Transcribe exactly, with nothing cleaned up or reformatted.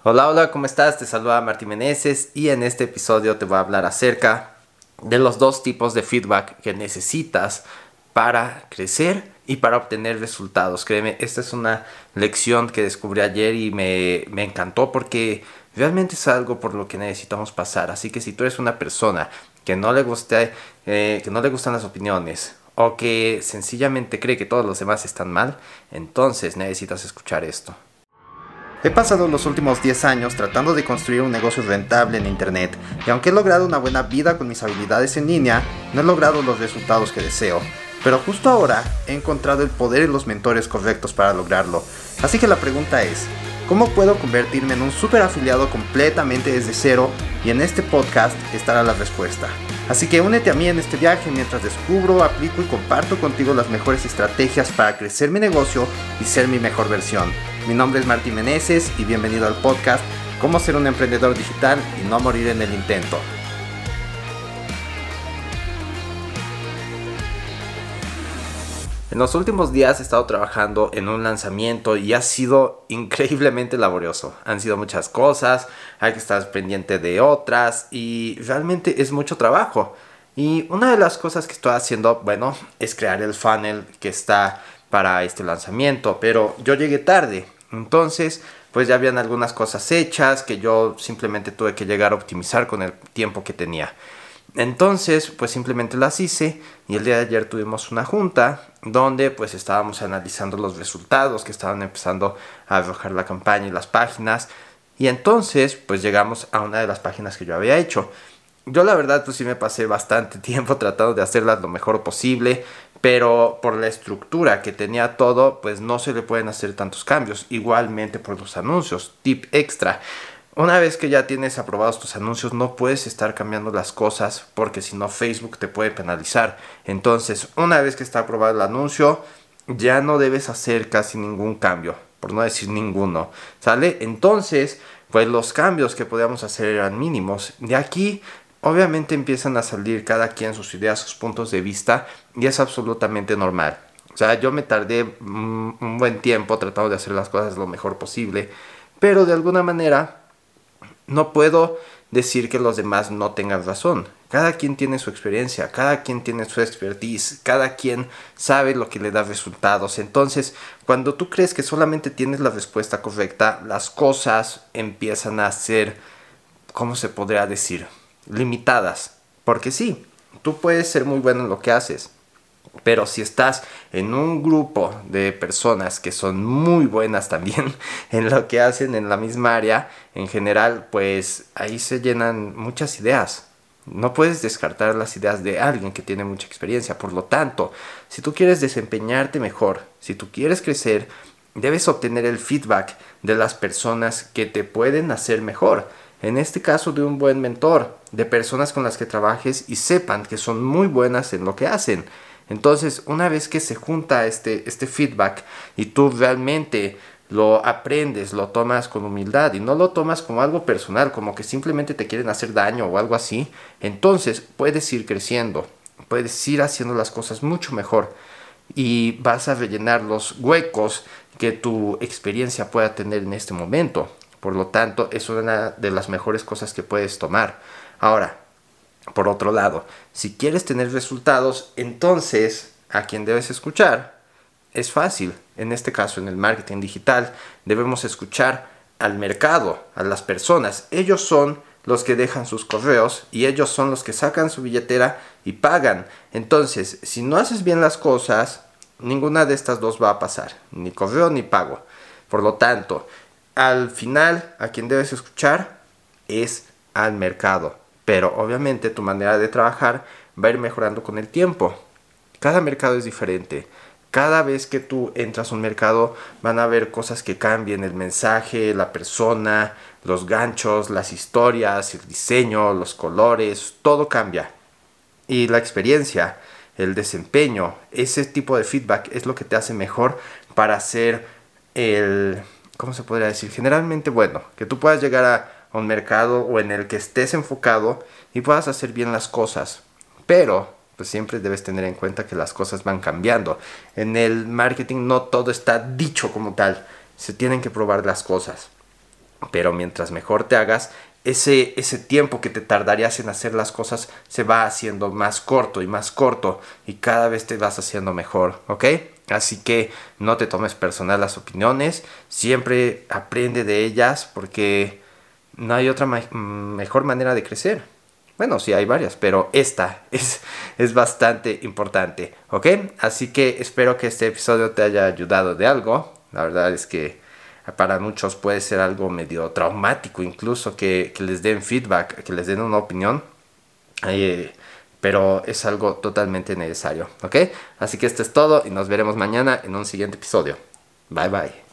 Hola, hola, ¿cómo estás? Te saluda Martín Meneses y en este episodio te voy a hablar acerca de los dos tipos de feedback que necesitas para crecer y para obtener resultados. Créeme, esta es una lección que descubrí ayer y me, me encantó porque realmente es algo por lo que necesitamos pasar. Así que si tú eres una persona que no le guste, eh, que no le gustan las opiniones o que sencillamente cree que todos los demás están mal, entonces necesitas escuchar esto. He pasado los últimos diez años tratando de construir un negocio rentable en internet y aunque he logrado una buena vida con mis habilidades en línea, no he logrado los resultados que deseo. Pero justo ahora he encontrado el poder y los mentores correctos para lograrlo. Así que la pregunta es, ¿cómo puedo convertirme en un super afiliado completamente desde cero? Y en este podcast estará la respuesta. Así que únete a mí en este viaje mientras descubro, aplico y comparto contigo las mejores estrategias para crecer mi negocio y ser mi mejor versión. Mi nombre es Martín Meneses y bienvenido al podcast Cómo ser un emprendedor digital y no morir en el intento. En los últimos días he estado trabajando en un lanzamiento y ha sido increíblemente laborioso. Han sido muchas cosas, hay que estar pendiente de otras y realmente es mucho trabajo. Y una de las cosas que estoy haciendo, bueno, es crear el funnel que está para este lanzamiento, pero yo llegué tarde. Entonces, pues ya habían algunas cosas hechas que yo simplemente tuve que llegar a optimizar con el tiempo que tenía. Entonces, pues simplemente las hice y el día de ayer tuvimos una junta donde pues estábamos analizando los resultados que estaban empezando a arrojar la campaña y las páginas. Y entonces, pues llegamos a una de las páginas que yo había hecho. Yo la verdad pues sí me pasé bastante tiempo tratando de hacerlas lo mejor posible, pero por la estructura que tenía todo, pues no se le pueden hacer tantos cambios. Igualmente por los anuncios, tip extra. Una vez que ya tienes aprobados tus anuncios, no puedes estar cambiando las cosas porque si no Facebook te puede penalizar. Entonces, una vez que está aprobado el anuncio, ya no debes hacer casi ningún cambio, por no decir ninguno, ¿sale? Entonces, pues los cambios que podíamos hacer eran mínimos. De aquí, obviamente empiezan a salir cada quien sus ideas, sus puntos de vista y es absolutamente normal. O sea, yo me tardé un, un buen tiempo tratando de hacer las cosas lo mejor posible, pero de alguna manera no puedo decir que los demás no tengan razón. Cada quien tiene su experiencia, cada quien tiene su expertise, cada quien sabe lo que le da resultados. Entonces, cuando tú crees que solamente tienes la respuesta correcta, las cosas empiezan a ser, ¿cómo se podría decir?, limitadas. Porque sí, tú puedes ser muy bueno en lo que haces, pero si estás en un grupo de personas que son muy buenas también en lo que hacen en la misma área, en general, pues ahí se llenan muchas ideas. No puedes descartar las ideas de alguien que tiene mucha experiencia. Por lo tanto, si tú quieres desempeñarte mejor, si tú quieres crecer, debes obtener el feedback de las personas que te pueden hacer mejor. En este caso, de un buen mentor, de personas con las que trabajes y sepan que son muy buenas en lo que hacen. Entonces, una vez que se junta este, este feedback y tú realmente lo aprendes, lo tomas con humildad y no lo tomas como algo personal, como que simplemente te quieren hacer daño o algo así, entonces puedes ir creciendo, puedes ir haciendo las cosas mucho mejor y vas a rellenar los huecos que tu experiencia pueda tener en este momento. Por lo tanto, es una de las mejores cosas que puedes tomar. Ahora, por otro lado, si quieres tener resultados, entonces a quien debes escuchar es fácil. En este caso, en el marketing digital, debemos escuchar al mercado, a las personas. Ellos son los que dejan sus correos y ellos son los que sacan su billetera y pagan. Entonces, si no haces bien las cosas, ninguna de estas dos va a pasar, ni correo ni pago. Por lo tanto, al final, a quien debes escuchar es al mercado. Pero obviamente tu manera de trabajar va a ir mejorando con el tiempo. Cada mercado es diferente. Cada vez que tú entras a un mercado van a haber cosas que cambien. El mensaje, la persona, los ganchos, las historias, el diseño, los colores, todo cambia. Y la experiencia, el desempeño, ese tipo de feedback es lo que te hace mejor para hacer el, ¿cómo se podría decir? Generalmente bueno, que tú puedas llegar a a un mercado o en el que estés enfocado y puedas hacer bien las cosas. Pero pues siempre debes tener en cuenta que las cosas van cambiando. En el marketing no todo está dicho como tal. Se tienen que probar las cosas. pero mientras mejor te hagas, ese, ese tiempo que te tardarías en hacer las cosas se va haciendo más corto y más corto y cada vez te vas haciendo mejor, ¿ok? Así que no te tomes personal las opiniones, siempre aprende de ellas porque no hay otra ma- mejor manera de crecer. Bueno, sí hay varias, pero esta es, es bastante importante, ¿ok? Así que espero que este episodio te haya ayudado de algo. La verdad es que para muchos puede ser algo medio traumático incluso que, que les den feedback, que les den una opinión. Eh, pero es algo totalmente necesario, ¿ok? Así que esto es todo y nos veremos mañana en un siguiente episodio. Bye bye.